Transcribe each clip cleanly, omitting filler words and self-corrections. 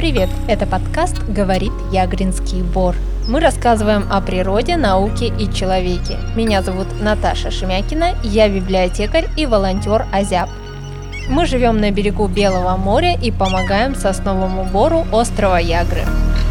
Привет! Это подкаст «Говорит Ягринский Бор». Мы рассказываем о природе, науке и человеке. Меня зовут Наташа Шемякина, я библиотекарь и волонтер Азяб. Мы живем на берегу Белого моря и помогаем сосновому бору острова Ягры.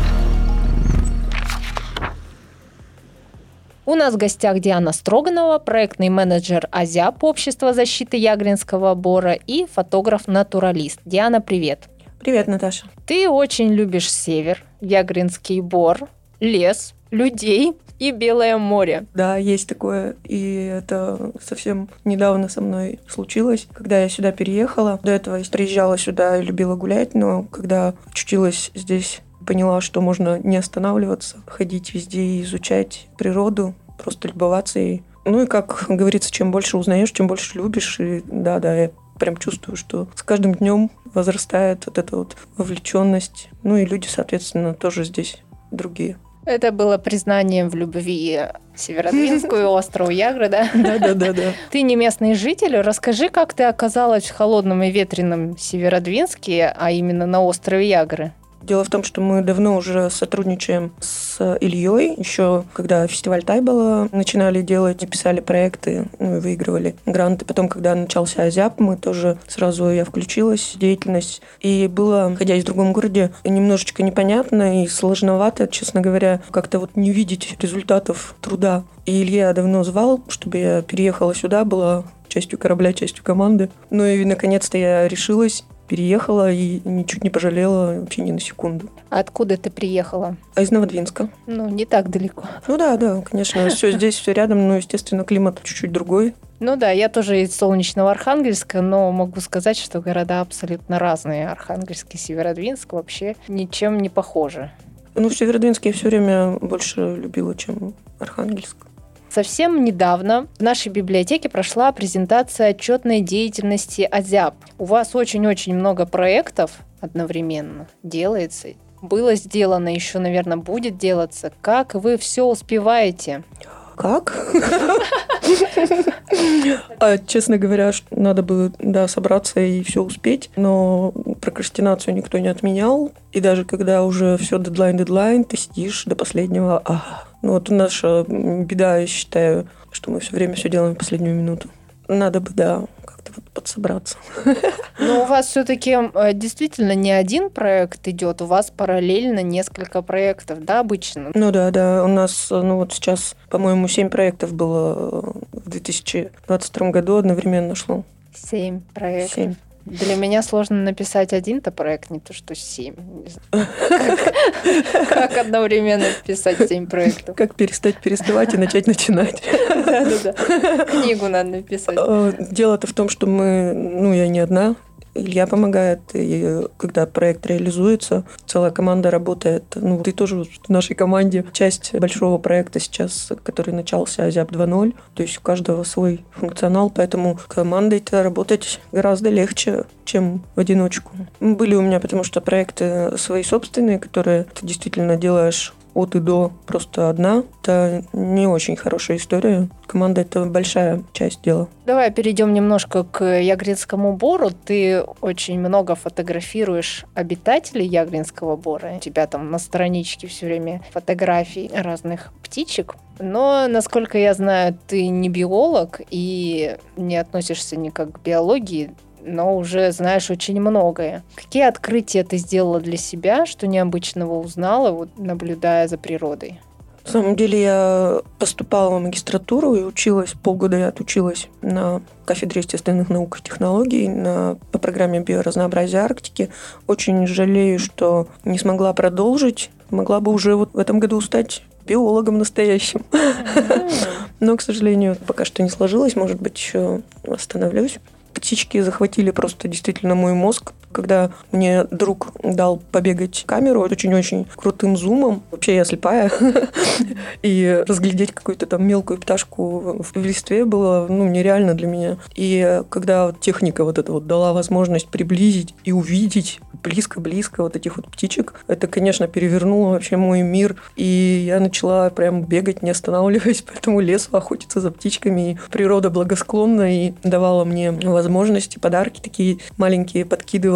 У нас в гостях Диана Строганова, проектный менеджер Азяб Общества защиты Ягринского бора и фотограф-натуралист. Диана, привет! Привет, Наташа. Ты очень любишь север, Ягринский бор, лес, людей и Белое море. Да, есть такое, и это совсем недавно со мной случилось, когда я сюда переехала. До этого я приезжала сюда и любила гулять, но когда очутилась здесь, поняла, что можно не останавливаться, ходить везде и изучать природу, просто любоваться ей. Ну и, как говорится, чем больше узнаешь, чем больше любишь. И да, я прям чувствую, что с каждым днем возрастает вот эта вот вовлеченность. Ну и люди, соответственно, тоже здесь другие. Это было признанием в любви Северодвинску и острову Ягры, да? Да. Ты не местный житель. Расскажи, как ты оказалась в холодном и ветреном Северодвинске, а именно на острове Ягры? Дело в том, что мы давно уже сотрудничаем с Ильей. Еще когда фестиваль Тайбола начинали делать, писали проекты, и выигрывали гранты. Потом, когда начался Азяб, мы тоже сразу я включилась в деятельность. И было, находясь в другом городе, немножечко непонятно и сложновато, честно говоря, как-то вот не видеть результатов труда. И Илья давно звал, чтобы я переехала сюда, была частью корабля, частью команды. Ну и наконец-то я решилась. Переехала и ничуть не пожалела вообще ни на секунду. А откуда ты приехала? А из Новодвинска. Ну, не так далеко. Ну да, конечно. Все здесь, все рядом, но, естественно, климат чуть-чуть другой. Ну да, я тоже из солнечного Архангельска, но могу сказать, что города абсолютно разные. Архангельск и Северодвинск вообще ничем не похожи. Ну, в Северодвинске я все время больше любила, чем Архангельск. Совсем недавно в нашей библиотеке прошла презентация отчетной деятельности Азяб. У вас очень-очень много проектов одновременно делается. Было сделано, еще, наверное, будет делаться. Как вы все успеваете? Как? Честно говоря, надо бы, собраться и все успеть, но прокрастинацию никто не отменял. И даже когда уже все дедлайн, ты сидишь до последнего. Ну вот наша беда, я считаю, что мы все время все делаем в последнюю минуту. Надо бы, как-то вот подсобраться. Но у вас все-таки действительно не один проект идет, у вас параллельно несколько проектов, да, обычно? Ну да, у нас, вот сейчас, по-моему, 7 проектов было в 2022 году одновременно шло. 7 проектов. 7. Для меня сложно написать один-то проект, не то что 7. Как одновременно писать 7 проектов? Как переставать и начать начинать. Да. Книгу надо написать. Дело-то в том, что я не одна. Илья помогает, и когда проект реализуется, целая команда работает. Ты тоже в нашей команде часть большого проекта сейчас, который начался Азяб 2.0. То есть у каждого свой функционал, поэтому командой-то работать гораздо легче, чем в одиночку. Были у меня, потому что проекты свои собственные, которые ты действительно делаешь от и до просто одна. Это не очень хорошая история. Команда – это большая часть дела. Давай перейдем немножко к Ягринскому бору. Ты очень много фотографируешь обитателей Ягринского бора. У тебя там на страничке все время фотографий разных птичек. Но, насколько я знаю, ты не биолог и не относишься никак к биологии, но уже знаешь очень многое. Какие открытия ты сделала для себя, что необычного узнала, наблюдая за природой? На самом деле я поступала в магистратуру и училась, полгода я отучилась на кафедре естественных наук и технологий по программе биоразнообразия Арктики. Очень жалею, что не смогла продолжить. Могла бы уже в этом году стать биологом настоящим. Но, к сожалению, пока что не сложилось. Может быть, еще восстановлюсь. Птички захватили просто действительно мой мозг. Когда мне друг дал побегать камеру очень-очень крутым зумом, вообще я слепая, и разглядеть какую-то там мелкую пташку в листве было нереально для меня. И когда техника вот эта вот дала возможность приблизить и увидеть близко-близко вот этих вот птичек, это, конечно, перевернуло вообще мой мир. И я начала прям бегать, не останавливаясь по этому лесу, охотиться за птичками. И природа благосклонна и давала мне возможности, подарки такие маленькие подкидывала.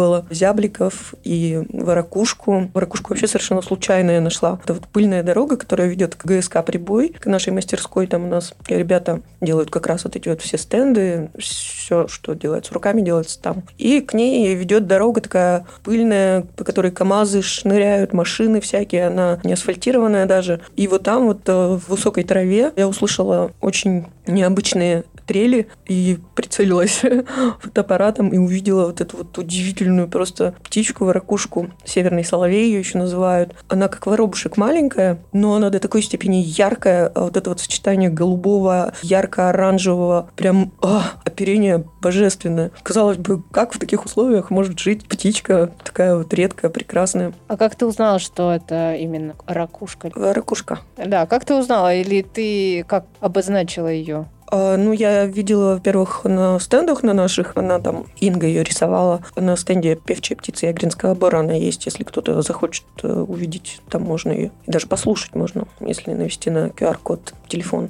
выискивала зябликов и ворокушку. Ворокушку вообще совершенно случайно я нашла. Это вот пыльная дорога, которая ведет к ГСК «Прибой», к нашей мастерской. Там у нас ребята делают как раз вот эти вот все стенды, все, что делается руками, делается там. И к ней ведет дорога такая пыльная, по которой КАМАЗы шныряют, машины всякие, она не асфальтированная даже. И вот там вот в высокой траве я услышала очень необычные трели и прицелилась фотоаппаратом и увидела вот эту вот удивительную просто птичку, ворокушку, северный соловей ее еще называют. Она как воробушек маленькая, но она до такой степени яркая, а вот это вот сочетание голубого, ярко-оранжевого, прям оперение божественное. Казалось бы, как в таких условиях может жить птичка такая вот редкая, прекрасная. А как ты узнала, что это именно ракушка? Ворокушка. Да, как ты узнала? Или ты как обозначила ее? Я видела, во-первых, на стендах на наших, она там, Инга ее рисовала, на стенде «Певчая птица Ягринского бора» она есть, если кто-то захочет увидеть, там можно ее, и даже послушать можно, если навести на QR-код телефон.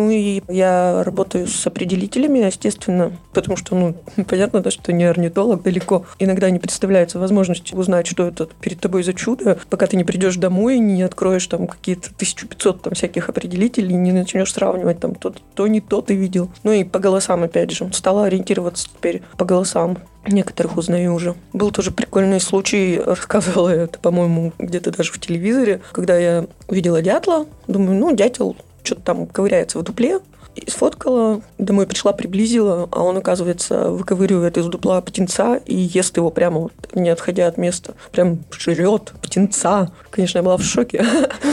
И я работаю с определителями, естественно, потому что, понятно, да, что не орнитолог далеко. Иногда не представляется возможность узнать, что это перед тобой за чудо, пока ты не придешь домой, не откроешь там какие-то 1500 там всяких определителей, не начнешь сравнивать там то не то ты видел. И по голосам, опять же, стала ориентироваться теперь по голосам. Некоторых узнаю уже. Был тоже прикольный случай, рассказывала это, по-моему, где-то даже в телевизоре, когда я увидела дятла, думаю, дятел что-то там ковыряется в дупле, и сфоткала, домой пришла, приблизила, а он, оказывается, выковыривает из дупла птенца и ест его прямо вот, не отходя от места. Прям жрет птенца. Конечно, я была в шоке,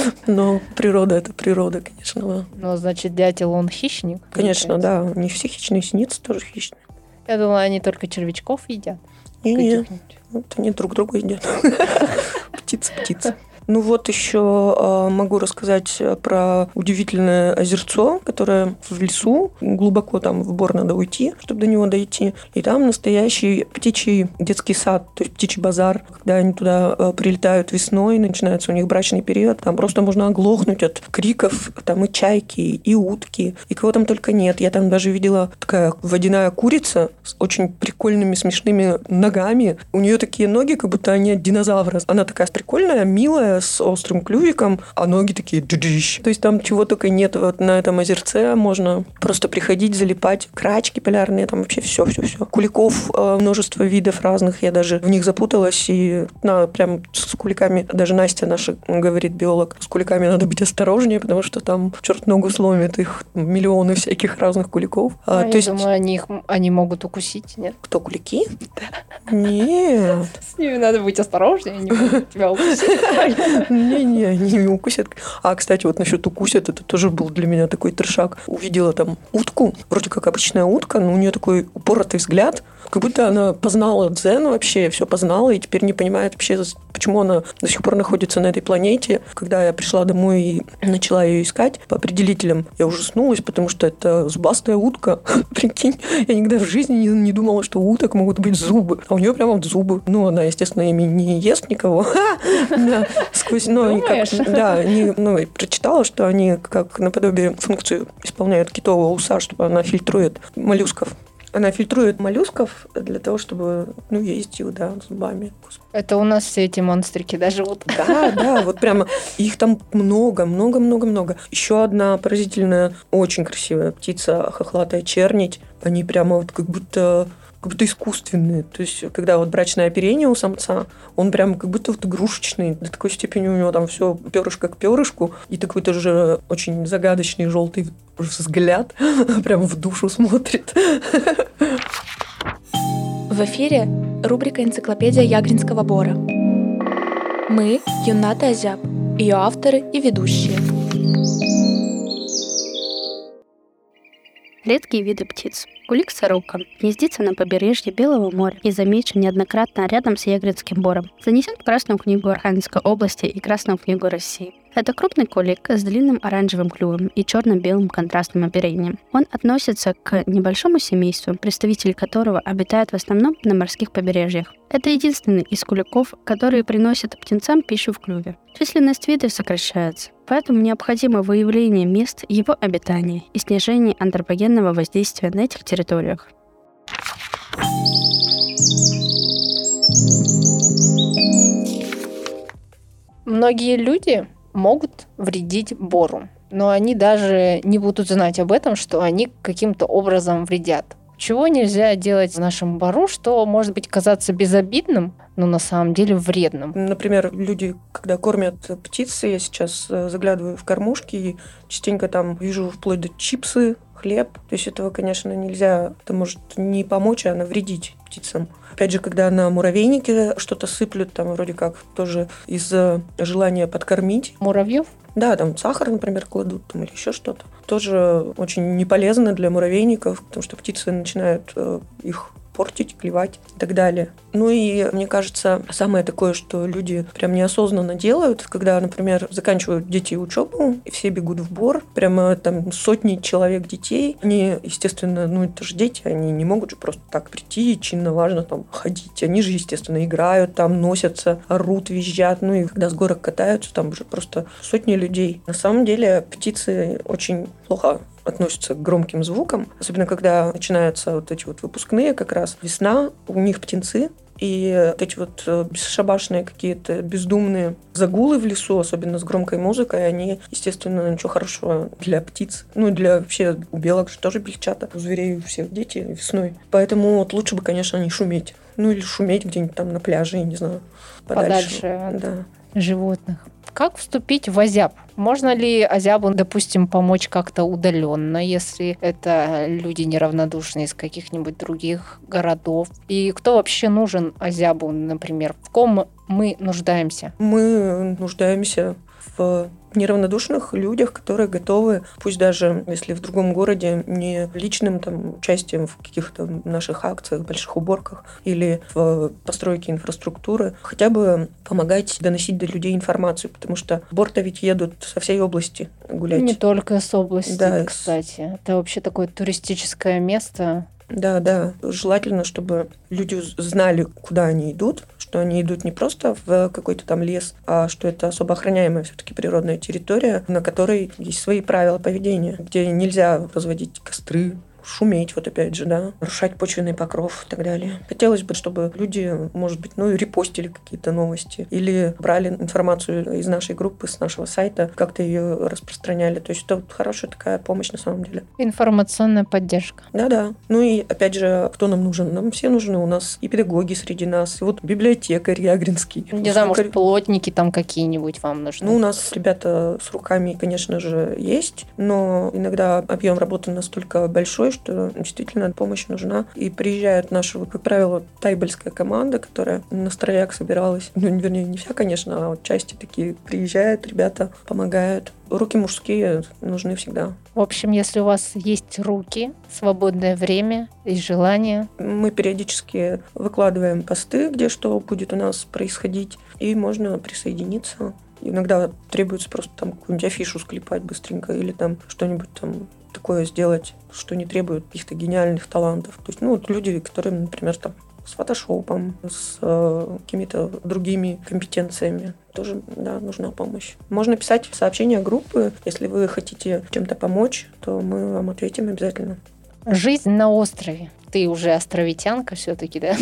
но природа – это природа, конечно. Значит, дятел, он хищник? Конечно, да. Не все хищные, синицы тоже хищные. Я думала, они только червячков едят. Нет, они друг друга едят. Птица. Еще могу рассказать про удивительное озерцо, которое в лесу, глубоко там в бор надо уйти, чтобы до него дойти. И там настоящий птичий детский сад, то есть птичий базар. Когда они туда прилетают весной, начинается у них брачный период, там просто можно оглохнуть от криков, там и чайки, и утки, и кого там только нет. Я там даже видела такая водяная курица с очень прикольными смешными ногами. У нее такие ноги, как будто они от динозавра. Она такая прикольная, милая, с острым клювиком, а ноги такие джиш. То есть там чего только нет вот на этом озерце. Можно просто приходить, залипать. Крачки полярные, там вообще все. Куликов множество видов разных. Я даже в них запуталась. И прям с куликами, даже Настя наша говорит, биолог, с куликами надо быть осторожнее, потому что там черт ногу сломит, их миллионы всяких разных куликов. Я думаю, они могут укусить, нет? Кто, кулики? Да. Нет. С ними надо быть осторожнее, они могут тебя укусить. Не, они не укусят. Кстати, вот насчет укусят, это тоже был для меня такой трешак. Увидела там утку, вроде как обычная утка, но у нее такой упоротый взгляд, как будто она познала дзен вообще, все познала, и теперь не понимает вообще, почему она до сих пор находится на этой планете. Когда я пришла домой и начала ее искать по определителям, я ужаснулась, потому что это зубастая утка. Прикинь, я никогда в жизни не думала, что у уток могут быть зубы. А у нее прямо вот зубы. Она, естественно, ими не ест никого. Прочитала, что они как наподобие функцию исполняют китового уса, чтобы она фильтрует моллюсков. Она фильтрует моллюсков для того, чтобы есть их, зубами. Это у нас все эти монстрики, даже вот. Да, вот прямо их там много. Еще одна поразительная, очень красивая птица, хохлатая чернить. Они прямо вот как будто искусственные. То есть, когда вот брачное оперение у самца, он прям как будто вот игрушечный. До такой степени у него там все перышко к перышку. И такой тоже очень загадочный желтый взгляд. Прям в душу смотрит. В эфире рубрика «Энциклопедия Ягринского бора». Мы – Юнната Азяб, ее авторы и ведущие. Редкие виды птиц. Кулик-сорока гнездится на побережье Белого моря и замечен неоднократно рядом с Ягринским бором. Занесен в Красную книгу Архангельской области и Красную книгу России. Это крупный кулик с длинным оранжевым клювом и черно-белым контрастным оперением. Он относится к небольшому семейству, представители которого обитают в основном на морских побережьях. Это единственный из куликов, которые приносят птенцам пищу в клюве. Численность вида сокращается, поэтому необходимо выявление мест его обитания и снижение антропогенного воздействия на этих территориях. Многие люди могут вредить бору, но они даже не будут знать об этом, что они каким-то образом вредят. Чего нельзя делать в нашем бору, что может быть казаться безобидным, но на самом деле вредным? Например, люди, когда кормят птиц, я сейчас заглядываю в кормушки и частенько там вижу вплоть до чипсы, хлеб. То есть этого, конечно, нельзя. Это может не помочь, а навредить птицам. Опять же, когда на муравейнике что-то сыплют, там вроде как тоже из желания подкормить. Муравьев? Да, там сахар, например, кладут там, или еще что-то. Тоже очень не полезно для муравейников, потому что птицы начинают их портить, клевать и так далее. Ну и, мне кажется, самое такое, что люди прям неосознанно делают, когда, например, заканчивают дети учебу, и все бегут в бор, прямо там сотни человек детей, они, естественно, ну это же дети, они не могут же просто так прийти и чинно важно там ходить. Они же, естественно, играют там, носятся, орут, визжат, ну и когда с горок катаются, там уже просто сотни людей. На самом деле птицы очень плохо относятся к громким звукам, особенно когда начинаются вот эти вот выпускные, как раз весна, у них птенцы, и вот эти вот бесшабашные какие-то бездумные загулы в лесу, особенно с громкой музыкой, они, естественно, ничего хорошего для птиц. Ну, для вообще у белок же тоже пельчата, у зверей у всех дети весной. Поэтому вот лучше бы, конечно, не шуметь. Ну, или шуметь где-нибудь там на пляже, я не знаю, подальше от животных. Как вступить в озяб? Можно ли озябу, допустим, помочь как-то удаленно, если это люди неравнодушные из каких-нибудь других городов? И кто вообще нужен озябу, например? В ком мы нуждаемся? Мы нуждаемся в неравнодушных людях, которые готовы, пусть даже если в другом городе, не личным там участием в каких-то наших акциях, больших уборках или в постройке инфраструктуры, хотя бы помогать доносить до людей информацию, потому что в борт ведь едут со всей области гулять. Не только с области, да, кстати. Это вообще такое туристическое место. Да. Желательно, чтобы люди знали, куда они идут, что они идут не просто в какой-то там лес, а что это особо охраняемая все-таки природная территория, на которой есть свои правила поведения, где нельзя разводить костры, шуметь, вот опять же, да, нарушать почвенный покров и так далее. Хотелось бы, чтобы люди, может быть, репостили какие-то новости или брали информацию из нашей группы, с нашего сайта, как-то ее распространяли. То есть это вот хорошая такая помощь на самом деле. Информационная поддержка. Да. Ну и опять же, кто нам нужен? Нам все нужны. У нас и педагоги среди нас, и вот библиотекарь Ягринский. Не знаю, может, плотники там какие-нибудь вам нужны? Ну, у нас ребята с руками, конечно же, есть, но иногда объем работы настолько большой, что действительно помощь нужна. И приезжает наша, как правило, тайбельская команда, которая на Строяк собиралась. Ну, вернее, не вся, конечно, а вот части такие приезжают, ребята помогают. Руки мужские нужны всегда. В общем, если у вас есть руки, свободное время и желание. Мы периодически выкладываем посты, где что будет у нас происходить, и можно присоединиться. Иногда требуется просто там какую-нибудь афишу склепать быстренько или там что-нибудь там такое сделать, что не требует каких-то гениальных талантов. То есть, вот люди, которые, например, там с фотошопом, с какими-то другими компетенциями. Тоже, да, нужна помощь. Можно писать в сообщения группы. Если вы хотите чем-то помочь, то мы вам ответим обязательно. Жизнь на острове. Ты уже островитянка все-таки, да?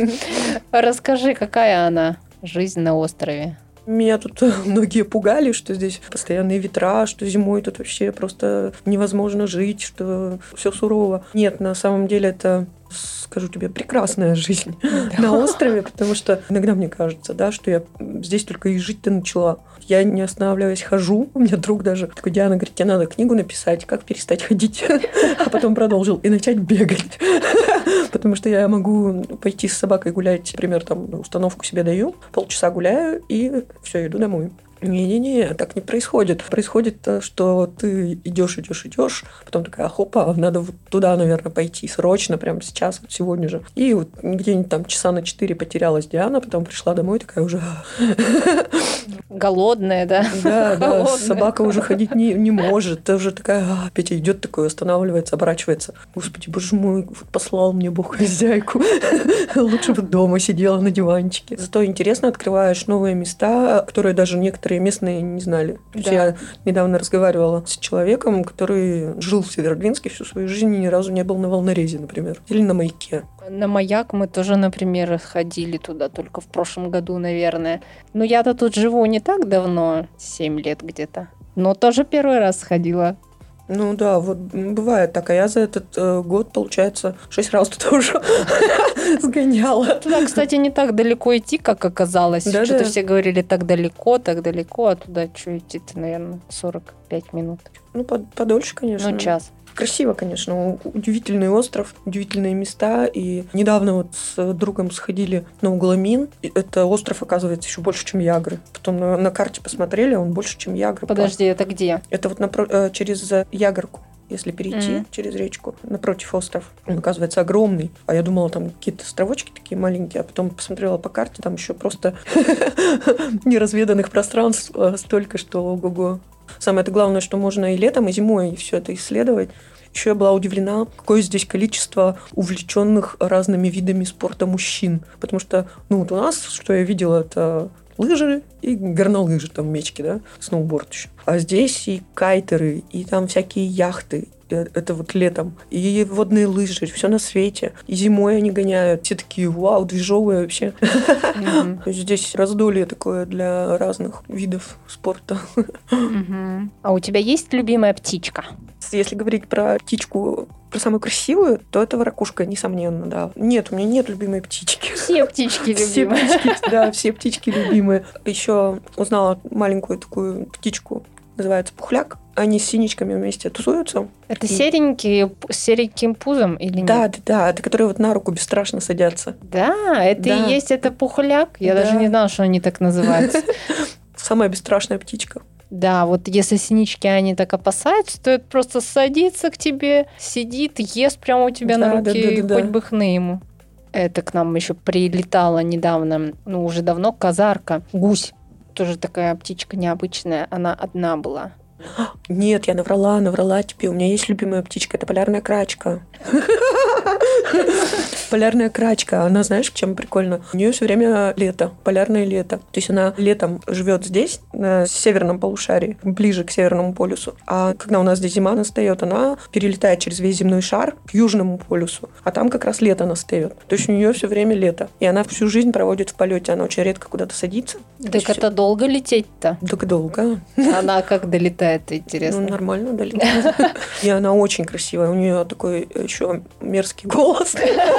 Расскажи, какая она, жизнь на острове? Меня тут многие пугали, что здесь постоянные ветра, что зимой тут вообще просто невозможно жить, что все сурово. Нет, на самом деле это, скажу тебе, прекрасная жизнь на острове, потому что иногда мне кажется, да, что я здесь только и жить-то начала. Я не останавливаясь хожу. У меня друг даже такой: Диана, говорит, тебе надо книгу написать, как перестать ходить. А потом продолжил и начать бегать. Потому что я могу пойти с собакой гулять, например, там установку себе даю, полчаса гуляю и все, иду домой. Не-не-не, так не происходит. Происходит то, что ты идешь, потом такая: хопа, надо вот туда, наверное, пойти срочно, прямо сейчас, вот сегодня же. И вот где-нибудь там часа на 4 потерялась Диана, потом пришла домой, такая уже... Голодная, да? Да, Голодная. собака уже ходить не может. Ты уже такая, Петя идет такой, останавливается, оборачивается. Господи, боже мой, послал мне Бог хозяйку. Лучше бы дома сидела на диванчике. Зато интересно, открываешь новые места, которые даже некоторые местные не знали. Да. Я недавно разговаривала с человеком, который жил в Северодвинске всю свою жизнь и ни разу не был на Волнорезе, например. Или на Маяке. На Маяк мы тоже, например, ходили туда только в прошлом году, наверное. Но я-то тут живу не так давно, 7 лет где-то. Но тоже первый раз сходила. Ну да, вот бывает так. А я за этот год, получается, 6 раз туда уже сгоняла. Туда, кстати, не так далеко идти, как оказалось. Да-да. Что-то все говорили так далеко, а туда что идти-то, наверное, 45 минут. Ну, подольше, конечно. Ну, час. Красиво, конечно. Удивительный остров, удивительные места. И недавно вот с другом сходили на Угламин. И это остров, оказывается, еще больше, чем Ягры. Потом на карте посмотрели, он больше, чем Ягры. Подожди, это где? Это вот через Ягорку. Если перейти через речку, напротив остров, он, оказывается, огромный. А я думала, там какие-то островочки такие маленькие, а потом посмотрела по карте, там еще просто неразведанных пространств столько, что ого-го. Самое главное, что можно и летом, и зимой все это исследовать. Еще я была удивлена, какое здесь количество увлеченных разными видами спорта мужчин. Потому что, ну вот у нас, что я видела, это лыжи и горнолыжи, там мечки, да, сноуборд еще. А здесь и кайтеры, и там всякие яхты. Это вот летом. И водные лыжи, все на свете. И зимой они гоняют. Все такие, вау, движовые вообще. То есть здесь раздолье такое для разных видов спорта. А у тебя есть любимая птичка? Если говорить про птичку, про самую красивую, то это воракушка, несомненно, да. Нет, у меня нет любимой птички. Все птички любимые. Все птички любимые. Еще узнала маленькую такую птичку, называется пухляк. Они с синичками вместе тусуются. Это серенькие с сереньким пузом или нет? Да, это которые вот на руку бесстрашно садятся. Да, это и есть это пухляк. Я даже не знала, что они так называются. Самая бесстрашная птичка. Да, вот если синички, они так опасаются, то это просто садится к тебе, сидит, ест прямо у тебя на руке, и хоть бы хны ему. Это к нам еще прилетала недавно, ну уже давно, казарка, гусь. Тоже такая птичка необычная, она одна была. Нет, я наврала тебе. У меня есть любимая птичка, это полярная крачка. Полярная крачка, она, знаешь, чем прикольно? У нее все время лето, полярное лето. То есть она летом живет здесь, на северном полушарии, ближе к Северному полюсу. А когда у нас здесь зима настает, она перелетает через весь земной шар к Южному полюсу. А там как раз лето настает. То есть у нее все время лето. И она всю жизнь проводит в полете. Она очень редко куда-то садится. Так это долго лететь-то? Так долго. Она как долетает, интересно? Ну, нормально долетает. И она очень красивая. У нее такой еще мерзкий голос.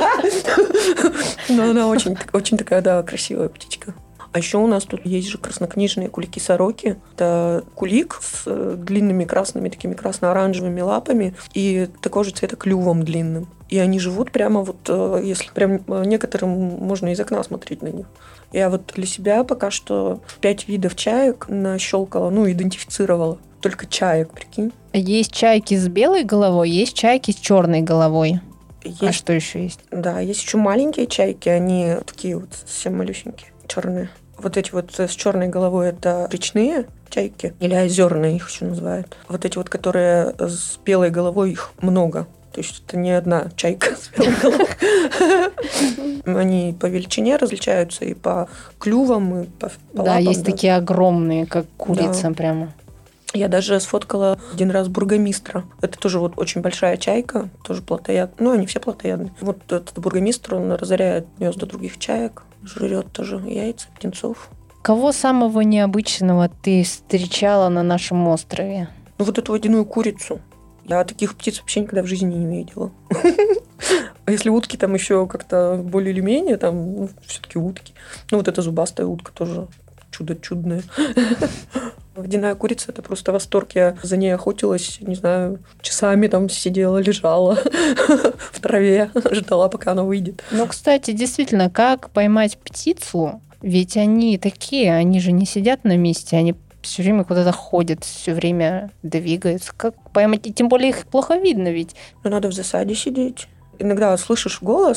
Но она очень такая, да, красивая птичка. А еще у нас тут есть же краснокнижные кулики-сороки. Это кулик с длинными красными, такими красно-оранжевыми лапами и такого же цвета клювом длинным. И они живут прямо вот, если прям некоторым можно из окна смотреть на них. Я вот для себя пока что 5 видов чаек нащелкала, идентифицировала. Только чаек, прикинь. Есть чайки с белой головой, есть чайки с черной головой. Есть, а что еще есть? Да, есть еще маленькие чайки, они такие вот совсем малюсенькие, черные. Вот эти вот с черной головой это речные чайки, или озерные их еще называют. Вот эти вот, которые с белой головой, их много. То есть это не одна чайка с белой головой. Они по величине различаются и по клювам, и по лапам. Да, есть такие огромные, как курица прямо. Я даже сфоткала один раз бургомистра. Это тоже вот очень большая чайка, тоже плотоядная. Они все плотоядные. Вот этот бургомистр, он разоряет гнезда других чаек, жрет тоже яйца, птенцов. Кого самого необычного ты встречала на нашем острове? Вот эту водяную курицу. Я таких птиц вообще никогда в жизни не видела. А если утки там еще как-то более или менее, там все-таки утки. Вот эта зубастая утка тоже чудо чудное. Водяная курица – это просто восторг. Я за ней охотилась, не знаю, часами там сидела, лежала в траве, ждала, пока она выйдет. Кстати, действительно, как поймать птицу? Ведь они такие, они же не сидят на месте, они все время куда-то ходят, все время двигаются. Как поймать? И тем более их плохо видно ведь. Надо в засаде сидеть. Иногда слышишь голос,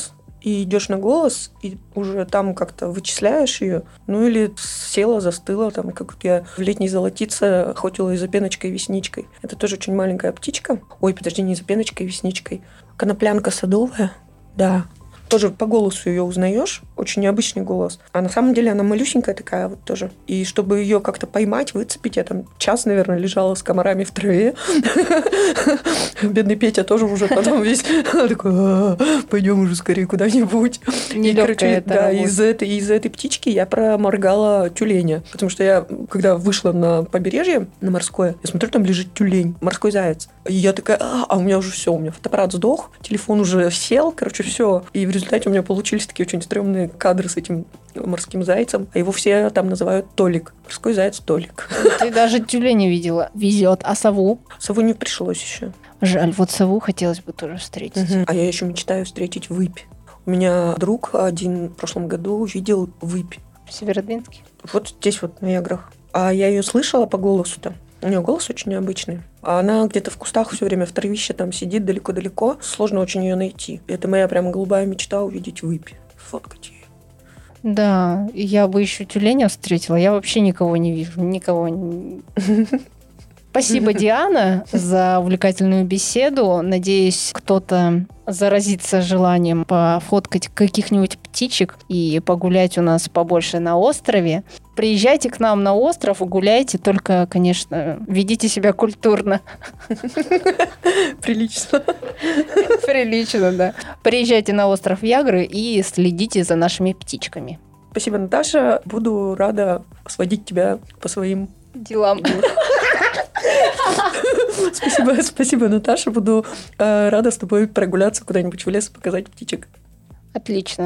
и идешь на голос, и уже там как-то вычисляешь ее, ну или села, застыла, там, как вот я в летней золотице охотилась за пеночкой и весничкой. Это тоже очень маленькая птичка. Ой, подожди, не за пеночкой и весничкой. Коноплянка садовая, да. Тоже по голосу ее узнаешь, очень необычный голос. А на самом деле она малюсенькая такая вот тоже. И чтобы ее как-то поймать, выцепить, я там час, наверное, лежала с комарами в траве. Бедный Петя тоже уже потом весь такой, пойдем уже скорее куда-нибудь. И, короче, да, из этой птички я проморгала тюленя. Потому что я, когда вышла на побережье, на морское, я смотрю, там лежит тюлень, морской заяц. И я такая, а у меня уже все, у меня фотоаппарат сдох, телефон уже сел, короче, все. И в результате у меня получились такие очень стрёмные кадры с этим морским зайцем. А его все там называют Толик. Морской заяц Толик. Ты даже тюленя видела. Везет. А сову? Сову не пришлось еще. Жаль, вот сову хотелось бы тоже встретить. А я еще мечтаю встретить выпь. У меня друг один в прошлом году видел выпь. В Северодвинске? Вот здесь вот, на Яграх. А я ее слышала по голосу-то. У нее голос очень необычный. А она где-то в кустах все время, в травище там сидит далеко-далеко. Сложно очень ее найти. Это моя прям голубая мечта — увидеть выпь. Сфоткать ее. Да, я бы еще тюленя встретила. Я вообще никого не вижу. Никого не... Спасибо, Диана, за увлекательную беседу. Надеюсь, кто-то заразится желанием пофоткать каких-нибудь птичек и погулять у нас побольше на острове. Приезжайте к нам на остров и гуляйте, только, конечно, ведите себя культурно. Прилично. Прилично, да. Приезжайте на остров Ягры и следите за нашими птичками. Спасибо, Наташа. Буду рада сводить тебя по своим делам. Спасибо, Наташа. Буду рада с тобой прогуляться куда-нибудь в лес и показать птичек. Отлично.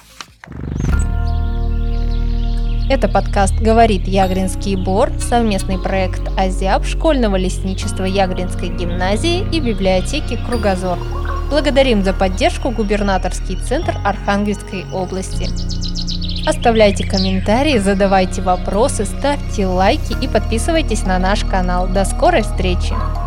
Это подкаст «Говорит Ягринский бор», совместный проект АЗЯП, школьного лесничества Ягринской гимназии и библиотеки «Кругозор». Благодарим за поддержку губернаторский центр Архангельской области. Оставляйте комментарии, задавайте вопросы, ставьте лайки и подписывайтесь на наш канал. До скорой встречи!